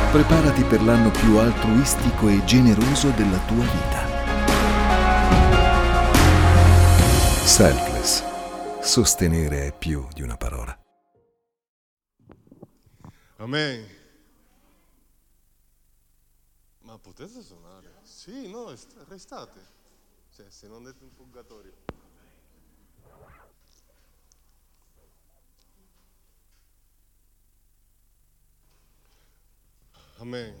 Preparati per l'anno più altruistico e generoso della tua vita. Selfless. Sostenere è più di una parola. Amen. Ma potete suonare? Sì, no, restate. Cioè, se non dite un purgatorio. Amen.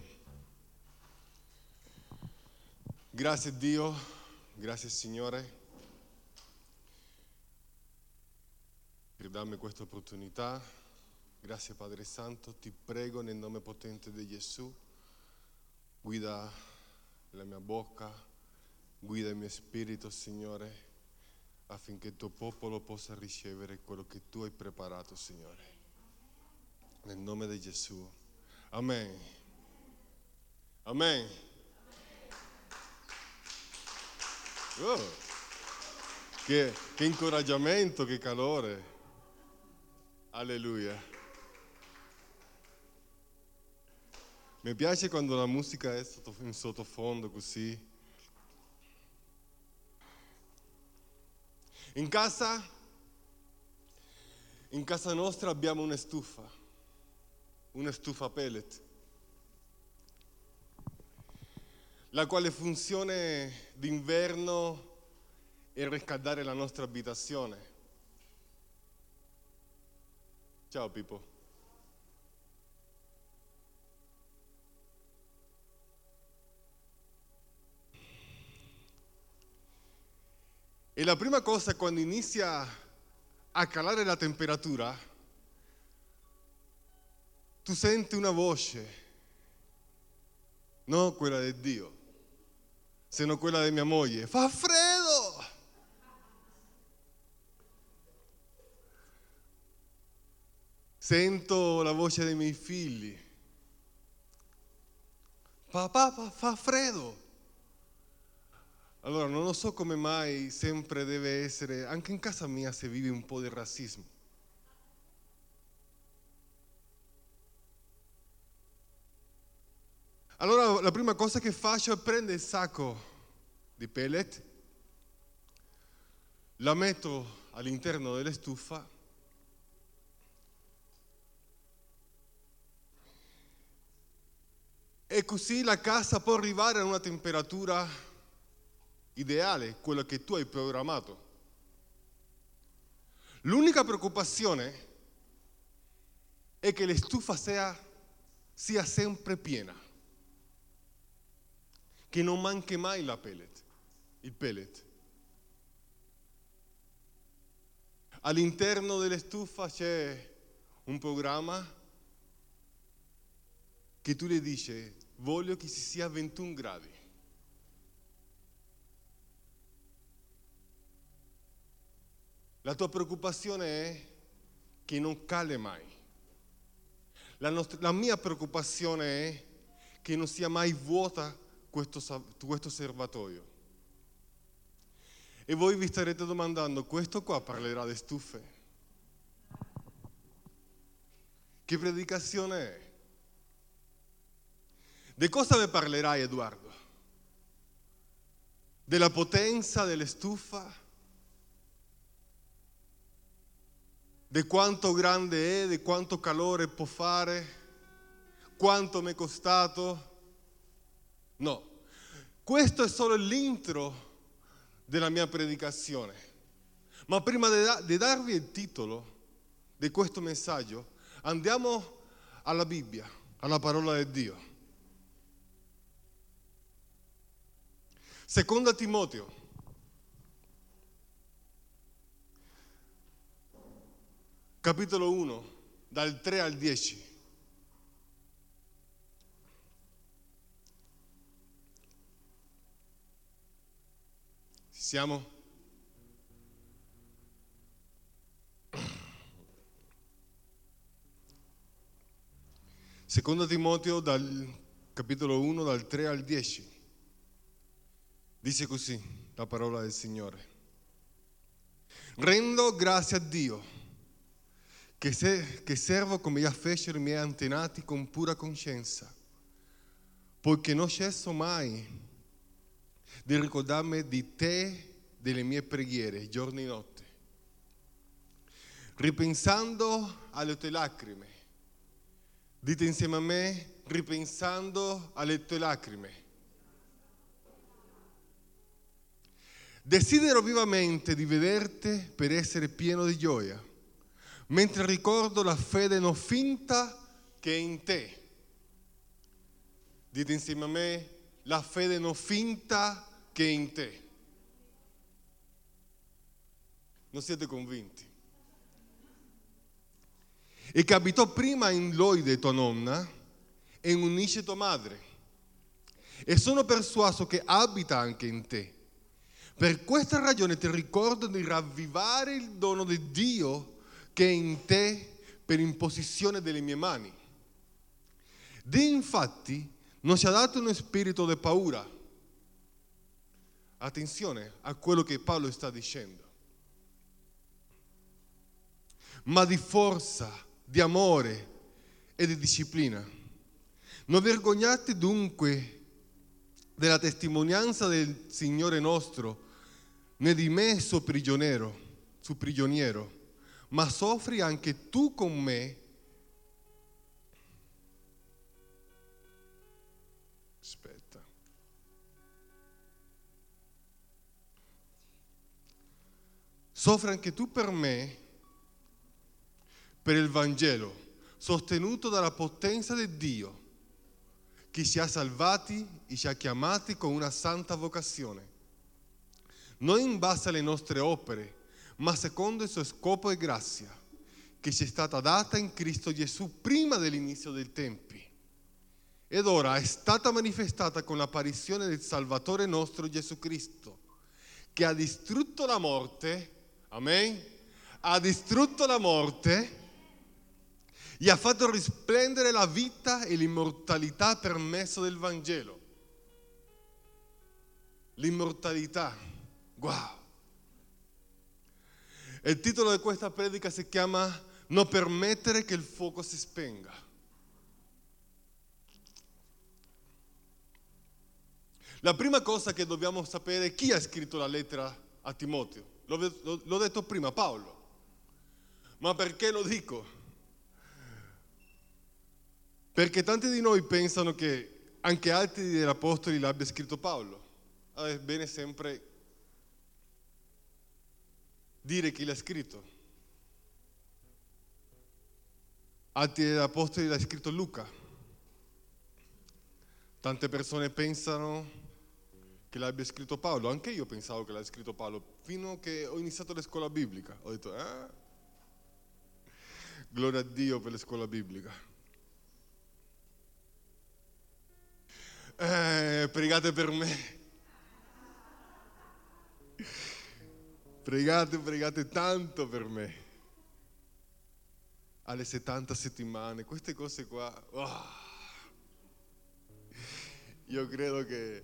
Grazie Dio, grazie Signore per darmi questa opportunità. Grazie Padre Santo, ti prego nel nome potente di Gesù, guida la mia bocca, guida il mio spirito, Signore, affinché il tuo popolo possa ricevere quello che tu hai preparato, Signore. Nel nome di Gesù. Amen. Amen. Oh, che incoraggiamento, che calore. Alleluia. Mi piace quando la musica è in sottofondo così. In casa nostra abbiamo una stufa pellet, la quale funzione d'inverno è riscaldare la nostra abitazione. Ciao Pippo. E la prima cosa, quando inizia a calare la temperatura, tu senti una voce, non quella di Dio, sino quella di mia moglie. Fa freddo! Sento la voce dei miei figli. Papà, fa freddo! Allora, non lo so come mai sempre deve essere, anche in casa mia si vive un po' di razzismo. Allora, la prima cosa che faccio è prendere il sacco di pellet, la metto all'interno della stufa e così la casa può arrivare a una temperatura ideale, quella che tu hai programmato. L'unica preoccupazione è che la stufa sia sempre piena, che non manchi mai il pellet. All'interno della stufa c'è un programma che tu le dici: voglio che ci sia 21 gradi. La tua preoccupazione è che non cale mai. La mia preoccupazione è che non sia mai vuota questo serbatoio. E voi vi starete domandando: questo qua parlerà di stufe? Che predicazione è? Di cosa ne parlerai, Edoardo? Della potenza delle stufa? Di quanto grande è, di quanto calore può fare, quanto mi è costato? No, questo è solo l'intro della mia predicazione. Ma prima di darvi il titolo di questo messaggio, andiamo alla Bibbia, alla parola di Dio. Seconda Timoteo. Capitolo 1, dal 3 al 10. Ci siamo? Seconda Timoteo, dal capitolo 1, dal 3 al 10. Dice così la parola del Signore. Rendo grazie a Dio che servo come già fecero i miei antenati con pura coscienza, poiché non cesso mai di ricordarmi di te, delle mie preghiere, giorno e notte, ripensando alle tue lacrime. Dite insieme a me, ripensando alle tue lacrime. Desidero vivamente di vederti per essere pieno di gioia, mentre ricordo la fede non finta che è in te. Dite insieme a me, la fede non finta che è in te. Non siete convinti? E che abitò prima in Loide tua nonna e in Unice tua madre. E sono persuaso che abita anche in te. Per questa ragione ti ricordo di ravvivare il dono di Dio che è in te per imposizione delle mie mani. Dio infatti non ci ha dato uno spirito di paura. Attenzione a quello che Paolo sta dicendo. Ma di forza, di amore e di disciplina. Non vergognate dunque della testimonianza del Signore nostro, né di me suo prigioniero, ma soffri anche tu con me. Aspetta. Soffri anche tu per me, per il Vangelo, sostenuto dalla potenza di Dio, che ci ha salvati e ci ha chiamati con una santa vocazione. Non in base alle nostre opere, ma secondo il suo scopo e grazia, che ci è stata data in Cristo Gesù prima dell'inizio dei tempi. Ed ora è stata manifestata con l'apparizione del Salvatore nostro Gesù Cristo, che ha distrutto la morte, amen? Ha distrutto la morte e ha fatto risplendere la vita e l'immortalità per mezzo del Vangelo. L'immortalità. Wow! Il titolo di questa predica si chiama Non permettere che il fuoco si spenga. La prima cosa che dobbiamo sapere è chi ha scritto la lettera a Timoteo. L'ho detto prima, Paolo. Ma perché lo dico? Perché tanti di noi pensano che anche altri degli apostoli l'abbia scritto Paolo. È bene sempre dire chi l'ha scritto. Altri degli apostoli l'ha scritto Luca. Tante persone pensano che l'abbia scritto Paolo. Anche io pensavo che l'abbia scritto Paolo, fino a che ho iniziato la scuola biblica. Ho detto, gloria a Dio per la scuola biblica. Pregate per me. Pregate tanto per me. Alle 70 settimane, queste cose qua. Io credo che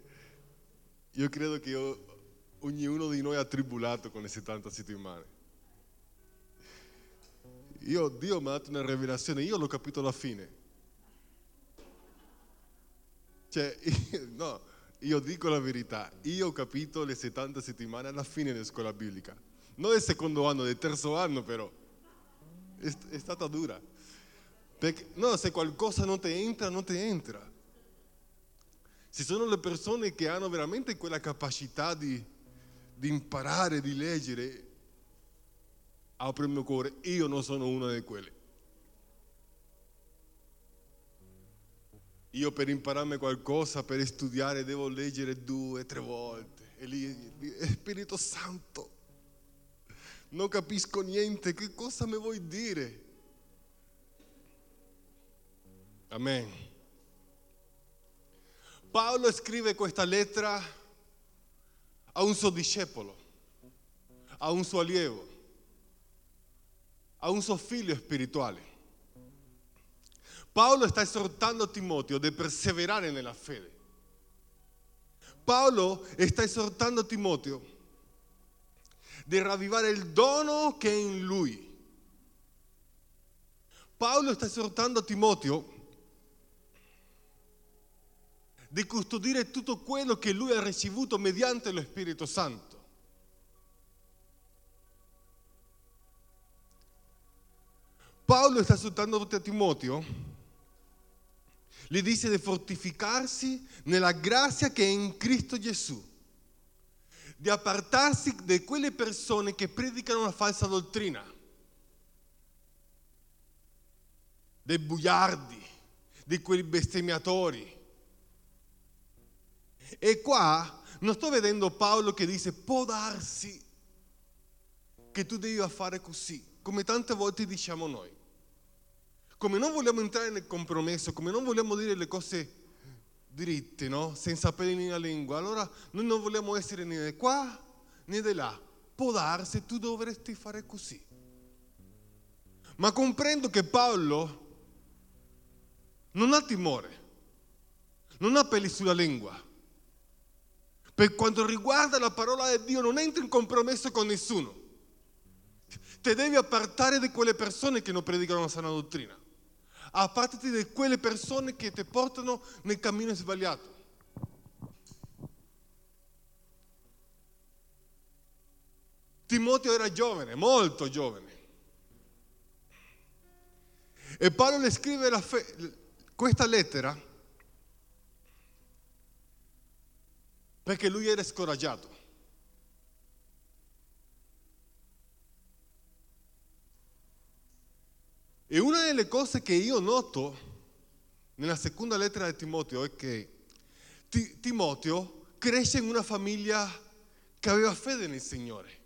ognuno di noi ha tribulato con le 70 settimane. Dio mi ha dato una rivelazione, io l'ho capito alla fine. Cioè, no. Io dico la verità, io ho capito le 70 settimane alla fine della scuola biblica. Non del secondo anno, del terzo anno però. È stata dura. Perché, no, se qualcosa non ti entra, non ti entra. Ci sono le persone che hanno veramente quella capacità di imparare, di leggere. Apro il mio cuore, io non sono una di quelle. Io per impararmi qualcosa, per studiare, devo leggere 2, 3 volte. E lì, Spirito Santo, non capisco niente, che cosa mi vuoi dire? Amen. Paolo scrive questa lettera a un suo discepolo, a un suo allievo, a un suo figlio spirituale. Paolo sta esortando Timoteo di perseverare nella fede. Paolo sta esortando Timoteo di ravvivare il dono che è in lui. Paolo sta esortando Timoteo di custodire tutto quello che lui ha ricevuto mediante lo Spirito Santo. Paolo sta esortando a Timoteo, gli dice di fortificarsi nella grazia che è in Cristo Gesù, di appartarsi da quelle persone che predicano una falsa dottrina, dei bugiardi, di quei bestemmiatori. E qua non sto vedendo Paolo che dice può darsi che tu devi fare così, come tante volte diciamo noi. Come non vogliamo entrare nel compromesso, come non vogliamo dire le cose dritte, no? Senza peli nella lingua, allora noi non vogliamo essere né di qua né di là. Può darsi, tu dovresti fare così. Ma comprendo che Paolo non ha timore, non ha peli sulla lingua. Per quanto riguarda la parola di Dio non entra in compromesso con nessuno. Ti devi appartare di quelle persone che non predicano una sana dottrina. Appartati di quelle persone che ti portano nel cammino sbagliato. Timoteo era giovane, molto giovane. E Paolo le scrive questa lettera perché lui era scoraggiato. E una delle cose che io noto nella seconda lettera di Timoteo è che Timoteo cresce in una famiglia che aveva fede nel Signore.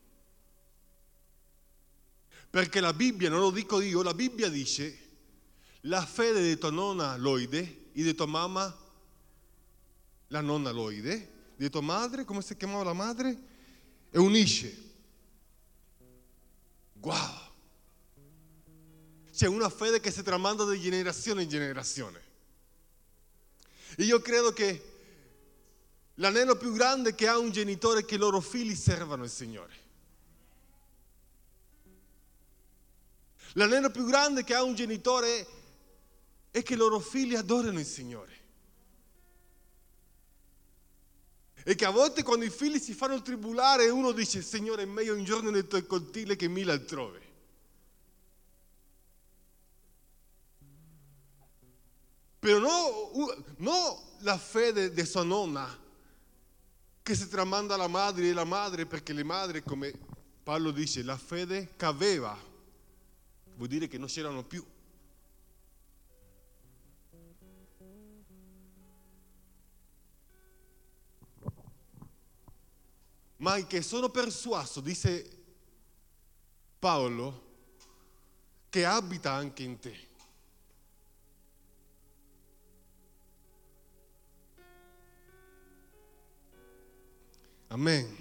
Perché la Bibbia, non lo dico io, la Bibbia dice la fede di tua nonna Loide e di tua mamma, la nonna Loide, di tua madre, come si chiamava la madre? Eunice. Wow! C'è una fede che si tramanda di generazione in generazione. E io credo che l'anello più grande che ha un genitore è che i loro figli servano il Signore. L'anello più grande che ha un genitore è che i loro figli adorano il Signore. E che a volte quando i figli si fanno tribulare uno dice Signore è meglio un giorno nel tuo cortile che 1000 altrove. Però no la fede di sua nonna che si tramanda alla madre e la madre, perché le madri, come Paolo dice, la fede che aveva vuol dire che non c'erano più. Ma che sono persuaso, dice Paolo, che abita anche in te. Amen.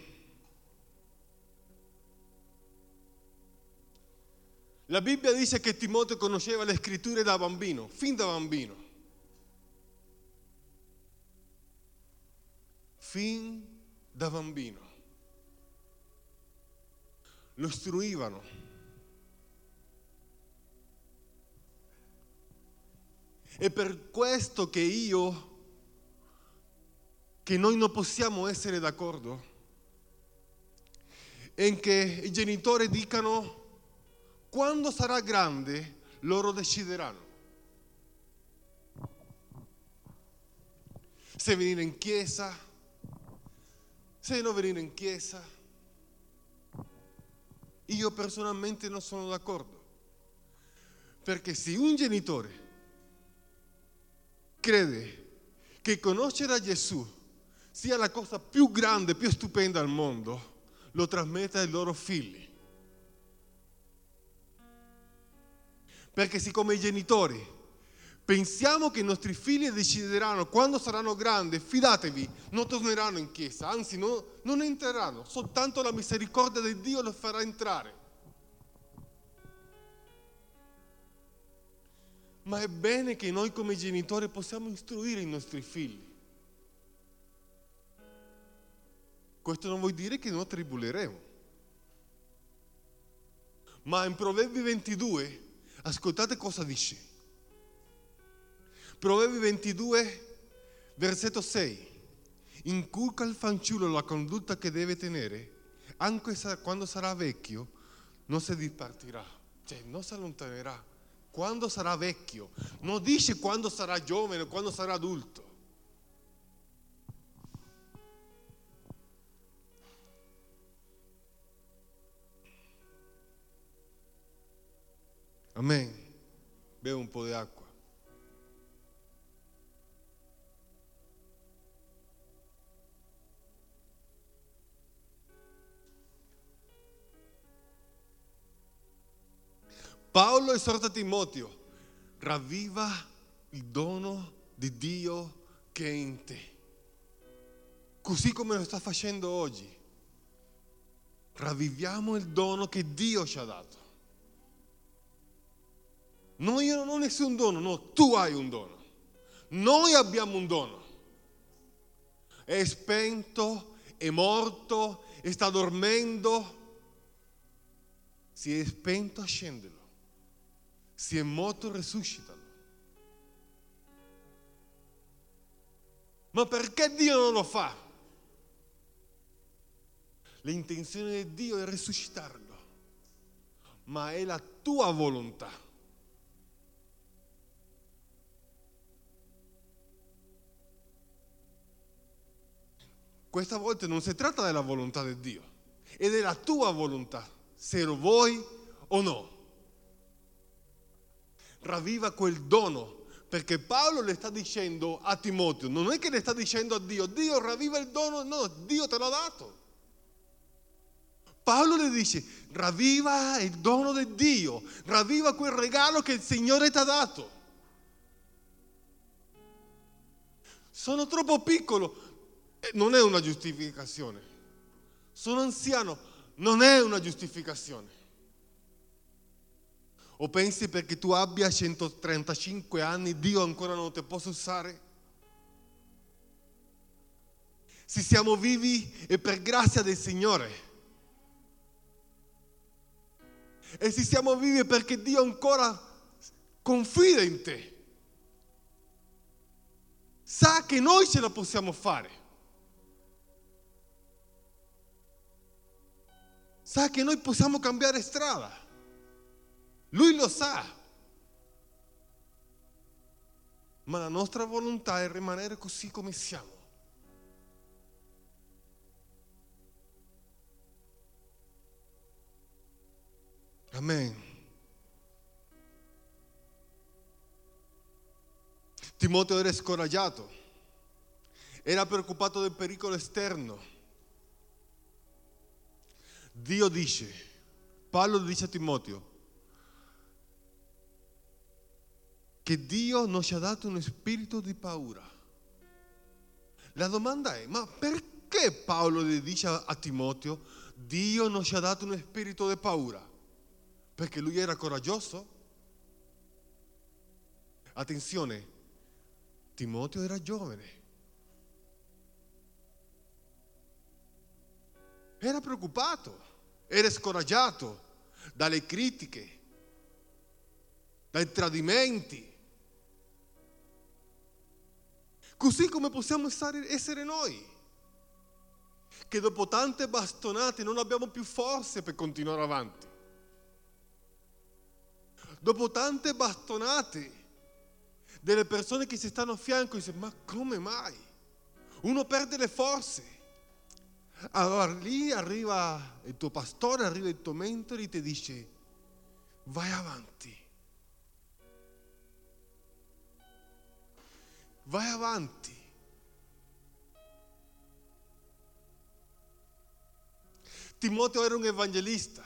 La Bibbia dice che Timoteo conosceva le scritture da bambino, fin da bambino. Fin da bambino. Lo istruivano. E per questo che noi non possiamo essere d'accordo è che i genitori dicano quando sarà grande loro decideranno se venire in chiesa, se non venire in chiesa. Io personalmente non sono d'accordo, perché se un genitore crede che conoscere Gesù sia la cosa più grande, più stupenda al mondo, lo trasmette ai loro figli. Perché siccome i genitori pensiamo che i nostri figli decideranno quando saranno grandi, fidatevi, non torneranno in chiesa, anzi non entreranno, soltanto la misericordia di Dio lo farà entrare. Ma è bene che noi come genitori possiamo istruire i nostri figli. Questo non vuol dire che non tribuleremo. Ma in Proverbi 22, ascoltate cosa dice. Proverbi 22, Versetto 6. Inculca al fanciullo la condotta che deve tenere, anche quando sarà vecchio, non si dipartirà, cioè non si allontanerà. Quando sarà vecchio, non dice quando sarà giovane o quando sarà adulto. Amen. Bevo un po' di acqua. Paolo esorta Timoteo, ravviva il dono di Dio che è in te. Così come lo sta facendo oggi. Ravviviamo il dono che Dio ci ha dato. No, io non ho nessun dono, no, tu hai un dono. Noi abbiamo un dono. È spento, è morto, sta dormendo. Si è spento, accendelo. Si è morto, resuscitalo. Ma perché Dio non lo fa? L'intenzione di Dio è resuscitarlo, ma è la tua volontà. Questa volta non si tratta della volontà di Dio, è della tua volontà, se lo vuoi o no. Ravviva quel dono, perché Paolo le sta dicendo a Timoteo, non è che le sta dicendo a Dio, Dio ravviva il dono, no, Dio te l'ha dato. Paolo le dice, ravviva il dono di Dio, ravviva quel regalo che il Signore ti ha dato. Sono troppo piccolo, non è una giustificazione. Sono anziano, non è una giustificazione. O pensi perché tu abbia 135 anni, Dio ancora non ti possa usare? Se siamo vivi è per grazia del Signore. E se siamo vivi è perché Dio ancora confida in te. Sa che noi ce la possiamo fare. Sa che noi possiamo cambiare strada. Lui lo sa. Ma la nostra volontà è rimanere così come siamo. Amen. Timoteo era scoraggiato, era preoccupato del pericolo esterno. Dio dice, Paolo dice a Timoteo, che Dio non ci ha dato uno spirito di paura. La domanda è, ma perché Paolo le dice a Timoteo, Dio non ci ha dato uno spirito di paura? Perché lui era coraggioso? Attenzione, Timoteo era giovane. Era preoccupato, era scoraggiato dalle critiche, dai tradimenti. Così come possiamo essere noi, che dopo tante bastonate non abbiamo più forze per continuare avanti. Dopo tante bastonate delle persone che si stanno a fianco, dice, ma come mai? Uno perde le forze. Allora lì arriva il tuo pastore, arriva il tuo mentore e ti dice, vai avanti. Vai avanti. Timoteo era un evangelista.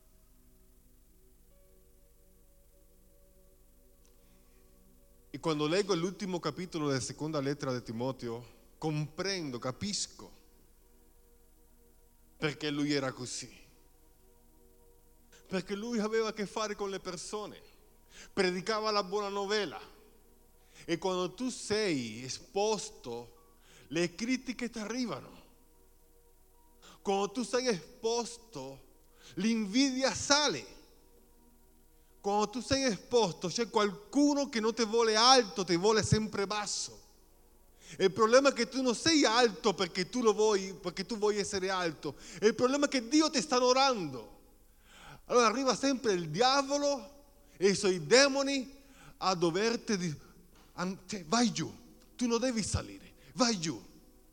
E quando leggo l'ultimo capitolo della seconda lettera di Timoteo, comprendo, capisco perché lui era così. Perché lui aveva a che fare con le persone, predicava la buona novella. E quando tu sei esposto, le critiche ti arrivano. Quando tu sei esposto, l'invidia sale. Quando tu sei esposto, c'è qualcuno che non ti vuole alto, ti vuole sempre basso. Il problema è che tu non sei alto perché tu lo vuoi, perché tu vuoi essere alto. Il problema è che Dio ti sta onorando. Allora arriva sempre il diavolo e i suoi demoni a doverti dire, cioè, vai giù, tu non devi salire, vai giù.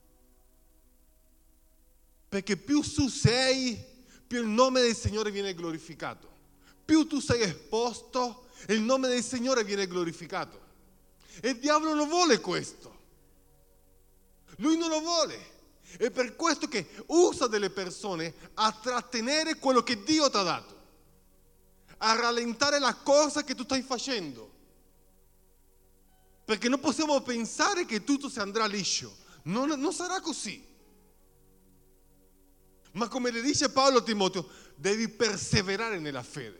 Perché più su sei, più il nome del Signore viene glorificato. Più tu sei esposto, il nome del Signore viene glorificato. E il diavolo non vuole questo. Lui non lo vuole. È per questo che usa delle persone a trattenere quello che Dio ti ha dato, a rallentare la cosa che tu stai facendo. Perché non possiamo pensare che tutto si andrà liscio. Non sarà così. Ma come le dice Paolo a Timoteo, devi perseverare nella fede.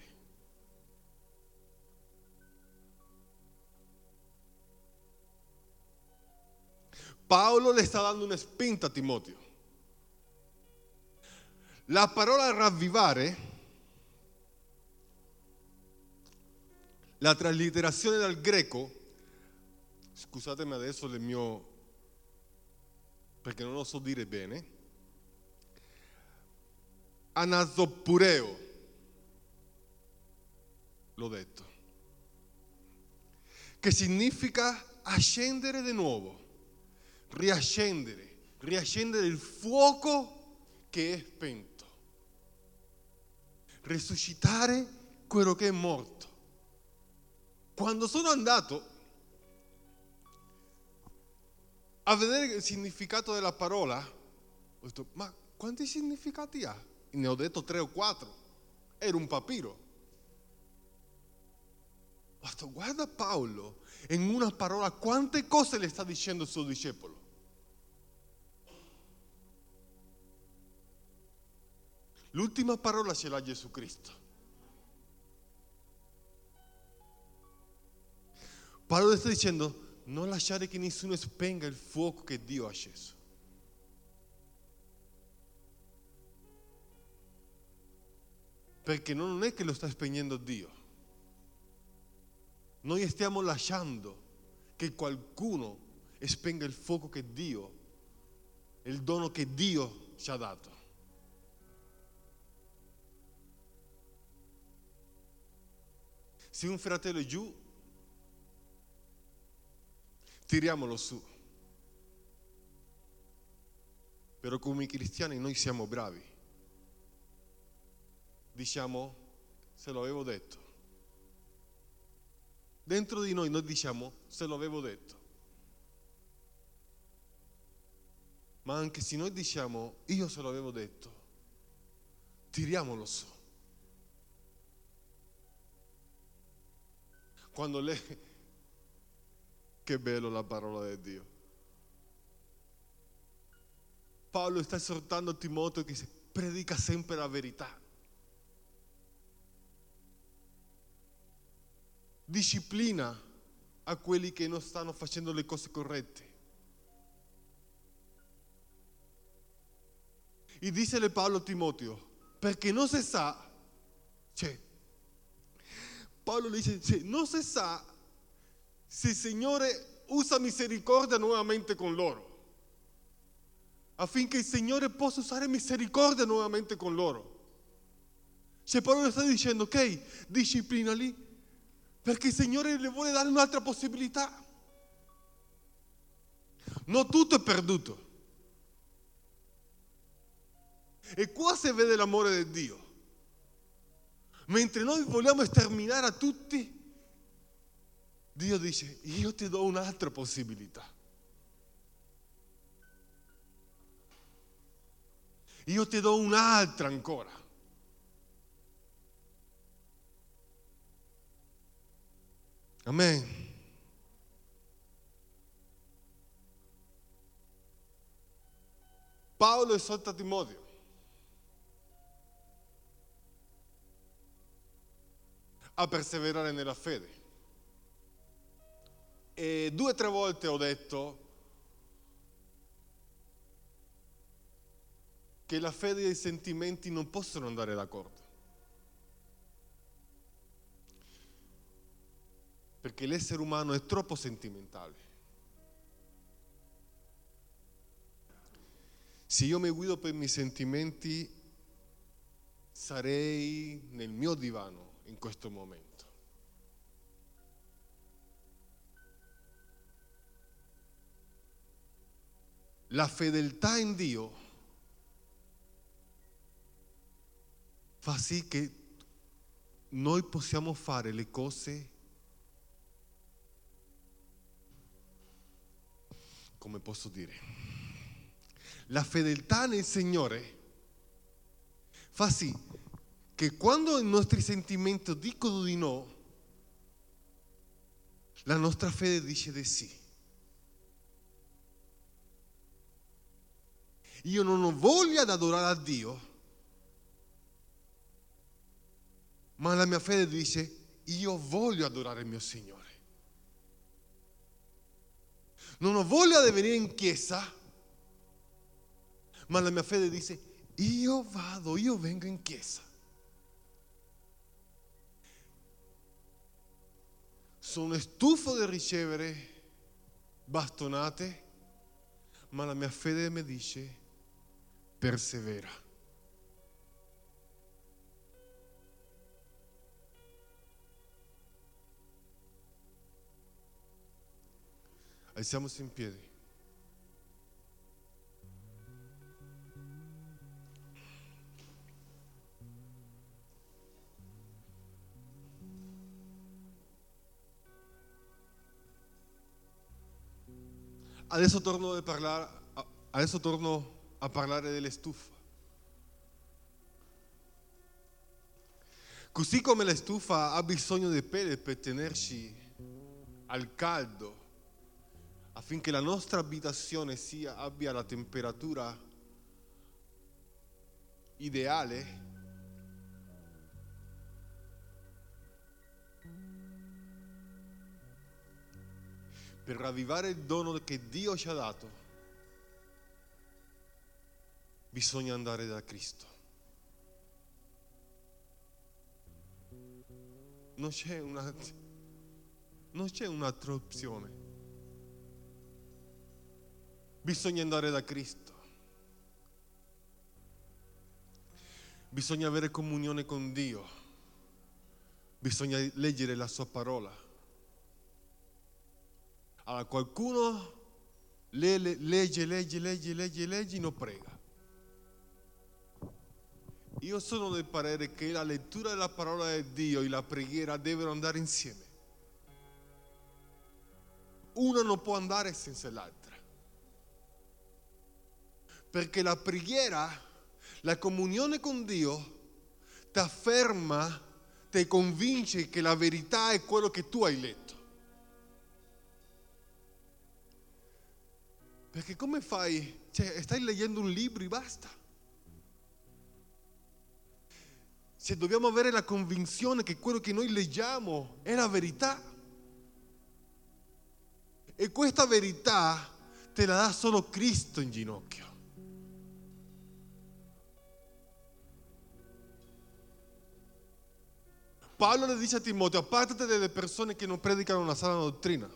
Paolo le sta dando una spinta a Timoteo. La parola ravvivare, la traslitterazione dal greco, scusatemi adesso del mio, perché non lo so dire bene, anazopureo, l'ho detto, che significa ascendere di nuovo, riaccendere il fuoco che è spento, risuscitare quello che è morto. Quando sono andato a vedere il significato della parola, ho detto, ma quanti significati ha? Ne ho detto 3 o 4, era un papiro. Ho detto, guarda Paolo, in una parola quante cose le sta dicendo il suo discepolo. L'ultima parola ce l'ha Gesù Cristo. Paolo sta dicendo, non lasciare che nessuno spenga il fuoco che Dio ha acceso. Perché non è che lo sta spegnendo Dio. Noi stiamo lasciando che qualcuno spenga il fuoco che Dio, il dono che Dio ci ha dato. Se un fratello è giù, tiriamolo su. Però come cristiani noi siamo bravi. Diciamo, se lo avevo detto. Dentro di noi diciamo, se lo avevo detto. Ma anche se noi diciamo, io se lo avevo detto, tiriamolo su. Quando lei, che bello la parola di Dio. Paolo sta esortando Timoteo che predica sempre la verità. Disciplina a quelli che non stanno facendo le cose corrette. E dicele Paolo a Timoteo, perché non si sa, Paolo dice, non si sa se il Signore usa misericordia nuovamente con loro, affinché il Signore possa usare misericordia nuovamente con loro. Paolo sta dicendo, ok, disciplinali, perché il Signore le vuole dare un'altra possibilità. Non tutto è perduto. E qua si vede l'amore di Dio. Mentre noi vogliamo sterminare a tutti, Dio dice, io ti do un'altra possibilità. Io ti do un'altra ancora. Amen. Paolo esorta Timoteo a perseverare nella fede. E 2 o 3 volte ho detto che la fede e i sentimenti non possono andare d'accordo. Perché l'essere umano è troppo sentimentale. Se io mi guido per i miei sentimenti, sarei nel mio divano in questo momento. La fedeltà in Dio fa sì che noi possiamo fare le cose, come posso dire, la fedeltà nel Signore fa sì che quando i nostri sentimenti dicono di no, la nostra fede dice di sì. Io non ho voglia di adorare a Dio, ma la mia fede dice: io voglio adorare il mio Signore. Non ho voglia di venire in chiesa, ma la mia fede dice: io vengo in chiesa. Sono stufo di ricevere bastonate, ma la mia fede mi dice: persevera. Alziamoci in piedi. Adesso torno a parlare delle stufe. Così come la stufa ha bisogno di pelle per tenerci al caldo, affinché la nostra abitazione abbia la temperatura ideale, per ravvivare il dono che Dio ci ha dato, bisogna andare da Cristo. Non c'è un'altra opzione. Bisogna andare da Cristo. Bisogna avere comunione con Dio. Bisogna leggere la sua parola. Allora qualcuno legge, non prega. Io sono del parere che la lettura della parola di Dio e la preghiera devono andare insieme. Una non può andare senza l'altra. Perché la preghiera, la comunione con Dio, ti afferma, ti convince che la verità è quello che tu hai letto. Perché come fai? Stai leggendo un libro e basta. Dobbiamo avere la convinzione che quello che noi leggiamo è la verità. E questa verità te la dà solo Cristo in ginocchio. Paolo le dice a Timoteo: appartate dalle persone che non predicano una sana dottrina.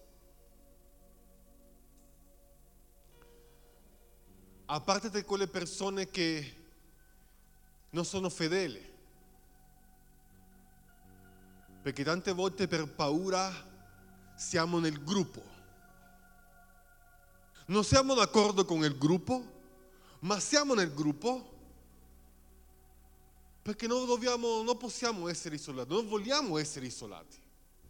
Appartate da quelle persone che non sono fedeli. Perché tante volte per paura siamo nel gruppo. Non siamo d'accordo con il gruppo, ma siamo nel gruppo perché non possiamo essere isolati, non vogliamo essere isolati.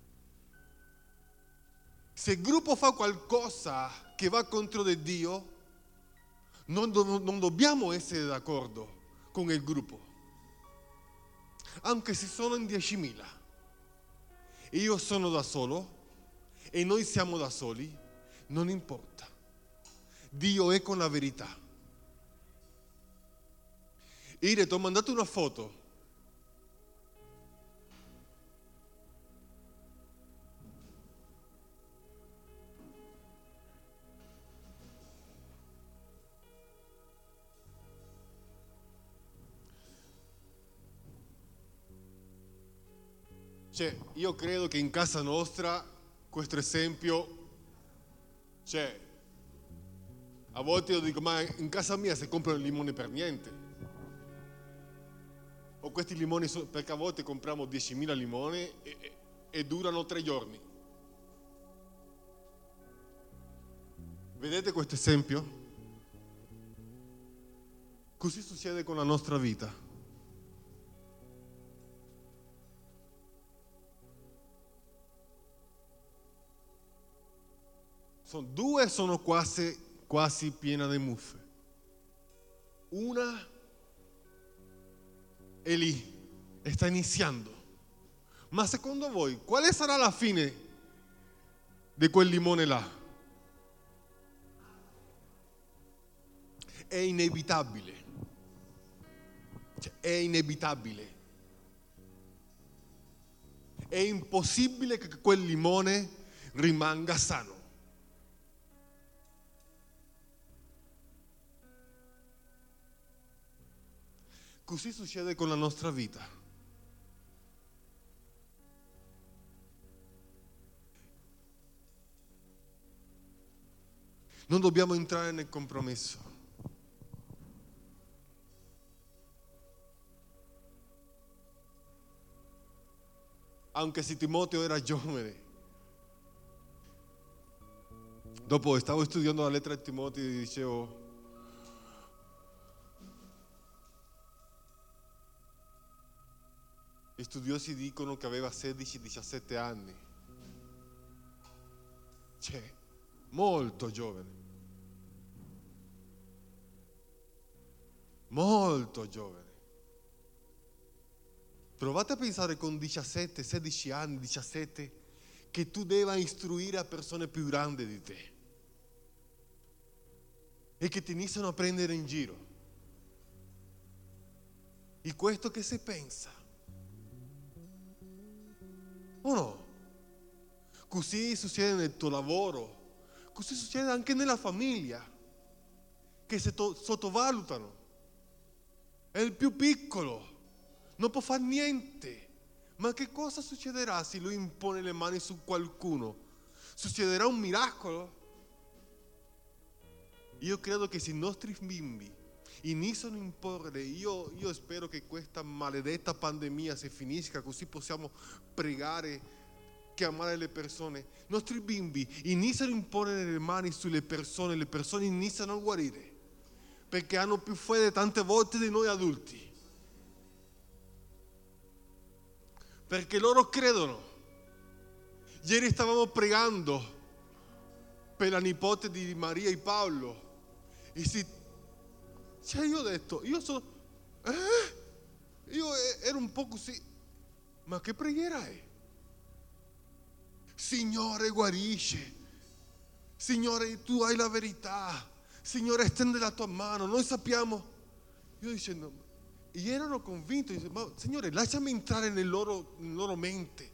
Se il gruppo fa qualcosa che va contro di Dio, non dobbiamo essere d'accordo con il gruppo. Anche se sono in 10.000. Io sono da solo e noi siamo da soli, non importa. Dio è con la verità. Ire, ti ho mandato una foto. Io credo che in casa nostra questo esempio c'è. A volte io dico, ma in casa mia si comprano i limoni per niente. O questi limoni, perché a volte compriamo 10.000 limoni e durano 3 giorni. Vedete questo esempio? Così succede con la nostra vita. Due sono quasi piena di muffe. Una è lì e sta iniziando. Ma secondo voi, quale sarà la fine di quel limone là? È inevitabile. È inevitabile. È impossibile che quel limone rimanga sano. Così succede con la nostra vita. Non dobbiamo entrare nel compromesso. Anche se Timoteo era giovane. Dopo stavo studiando la lettera di Timoteo e dicevo, gli studiosi dicono che aveva 16-17 anni. Cioè, molto giovane. Molto giovane. Provate a pensare con 17, 16 anni, 17, che tu debba istruire a persone più grandi di te e che ti iniziano a prendere in giro. E questo che si pensa? O no? Così succede nel tuo lavoro, così succede anche nella famiglia, che si sottovalutano. È il più piccolo, non può fare niente. Ma che cosa succederà se lui impone le mani su qualcuno? Succederà un miracolo? Io credo che se i nostri bimbi iniziano a imporre, io spero che questa maledetta pandemia si finisca, così possiamo pregare, chiamare le persone. I nostri bimbi iniziano a imporre le mani sulle persone, le persone iniziano a guarire, perché hanno più fede tante volte di noi adulti. Perché loro credono. Ieri stavamo pregando per la nipote di Maria e Paolo. Cioè io ho detto, io ero un po' così. Ma che preghiera è? Signore, guarisce. Signore, tu hai la verità. Signore, estende la tua mano. Noi sappiamo. Io dicendo, e erano convinti, ma Signore, lasciami entrare nel loro mente.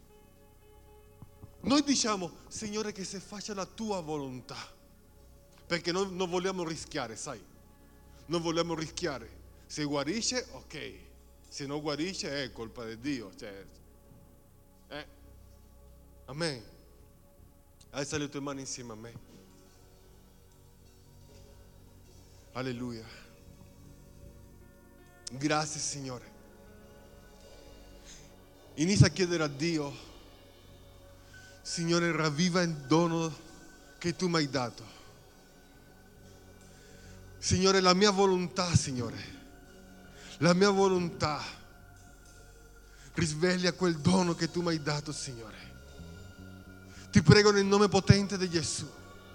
Noi diciamo, Signore, che si faccia la tua volontà, perché noi non vogliamo rischiare, sai? Non vogliamo rischiare. Se guarisce, ok. Se non guarisce, è colpa di Dio. Cioè, Amen. Alza le tue mani insieme a me. Alleluia. Grazie Signore. Inizia a chiedere a Dio, Signore, ravviva il dono che tu mi hai dato. Signore, la mia volontà, Signore, la mia volontà, risveglia quel dono che tu mi hai dato, Signore. Ti prego nel nome potente di Gesù.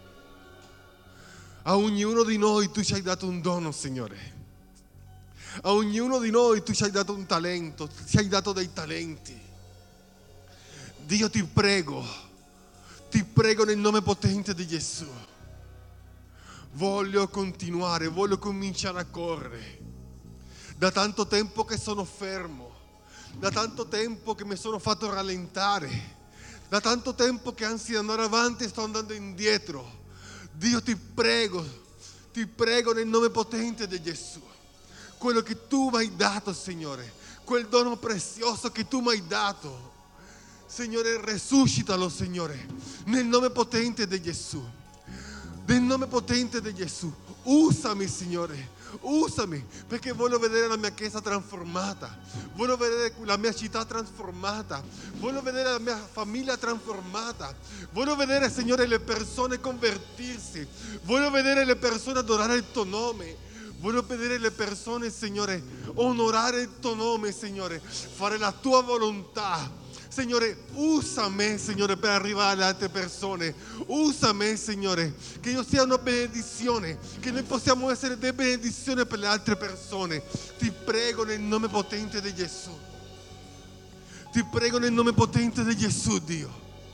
A ognuno di noi tu ci hai dato un dono, Signore. A ognuno di noi tu ci hai dato un talento, ci hai dato dei talenti. Dio, ti prego nel nome potente di Gesù. Voglio continuare, voglio cominciare a correre. Da tanto tempo che sono fermo, da tanto tempo che mi sono fatto rallentare, da tanto tempo che anzi di andare avanti sto andando indietro. Dio, ti prego nel nome potente di Gesù. Quello che tu mi hai dato, Signore, quel dono prezioso che tu mi hai dato, Signore, resuscitalo, Signore, nel nome potente di Gesù. Nel nome potente di Gesù, usami Signore, usami, perché voglio vedere la mia chiesa trasformata, voglio vedere la mia città trasformata, voglio vedere la mia famiglia trasformata, voglio vedere Signore le persone convertirsi, voglio vedere le persone adorare il tuo nome, voglio vedere le persone Signore onorare il tuo nome Signore, fare la tua volontà. Signore, usa me, Signore, per arrivare alle altre persone. Usa me, Signore, che io sia una benedizione, che noi possiamo essere di benedizione per le altre persone. Ti prego nel nome potente di Gesù. Ti prego nel nome potente di Gesù, Dio.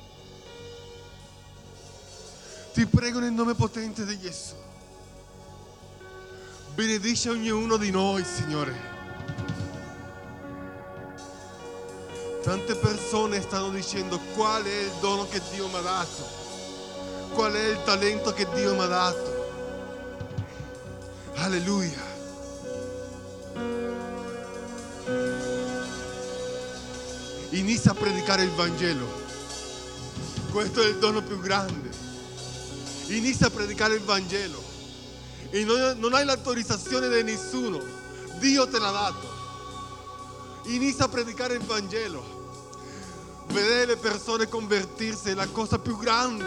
Ti prego nel nome potente di Gesù. Benedice ognuno di noi, Signore. Tante persone stanno dicendo qual è il dono che Dio mi ha dato, qual è il talento che Dio mi ha dato. Alleluia. Inizia a predicare il Vangelo. Questo è il dono più grande. Inizia a predicare il Vangelo. E non hai l'autorizzazione di nessuno. Dio te l'ha dato. Inizia a predicare il Vangelo. Vedere le persone convertirsi è la cosa più grande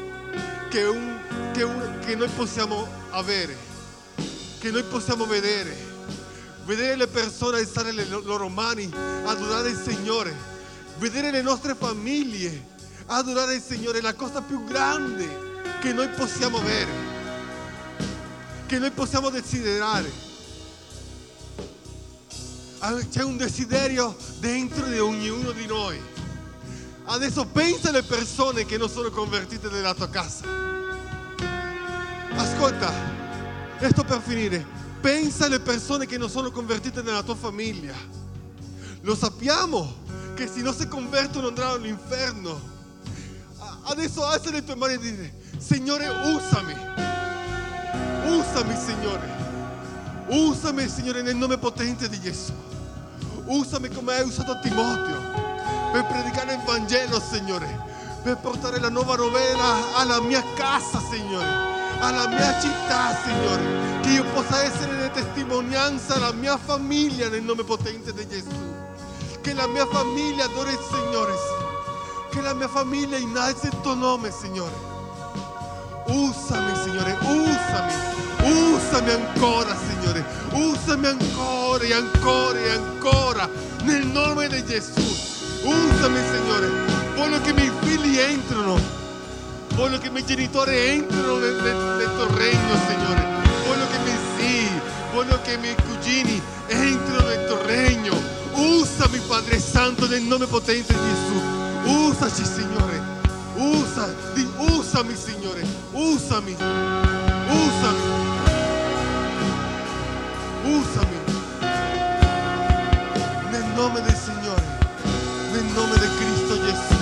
che noi possiamo avere, che noi possiamo vedere. Vedere le persone alzare le loro mani, adorare il Signore. Vedere le nostre famiglie adorare il Signore è la cosa più grande che noi possiamo avere, che noi possiamo desiderare. C'è un desiderio dentro di ognuno di noi. Adesso pensa alle persone che non sono convertite nella tua casa. Ascolta, e sto per finire. Pensa alle persone che non sono convertite nella tua famiglia. Lo sappiamo che se non si convertono andranno all'inferno. Adesso alza le tue mani e dire: Signore, usami. Usami, Signore. Usami, Signore, nel nome potente di Gesù. Usami come hai usato Timoteo per predicare il Vangelo, Signore, per portare la nuova novella alla mia casa, Signore, alla mia città, Signore, che io possa essere di testimonianza alla mia famiglia nel nome potente di Gesù. Che la mia famiglia adori il Signore, che la mia famiglia innalzi il tuo nome, Signore. Usami, Signore, usami. Usami ancora, Signore. Usami ancora e ancora e ancora nel nome di Gesù. Usami, Signore. Voglio che i miei figli entrino. Voglio che i miei genitori entrino nel tuo regno, Signore. Voglio che i miei zii, voglio che i miei cugini entrino nel tuo regno. Usami, Padre Santo, nel nome potente di Gesù. Usaci, Signore. Usami, Signore. Usami. Usami. Usami nel nome del Signore, nel nome di Cristo Gesù.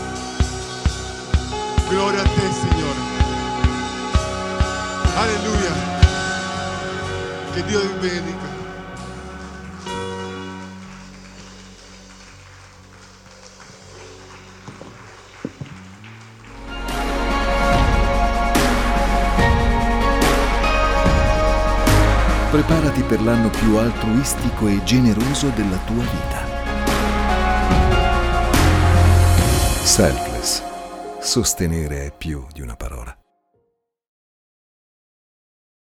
Gloria a te, Signore. Alleluia. Che Dio vi benedica. Preparati per l'anno più altruistico e generoso della tua vita. Selfless. Sostenere è più di una parola.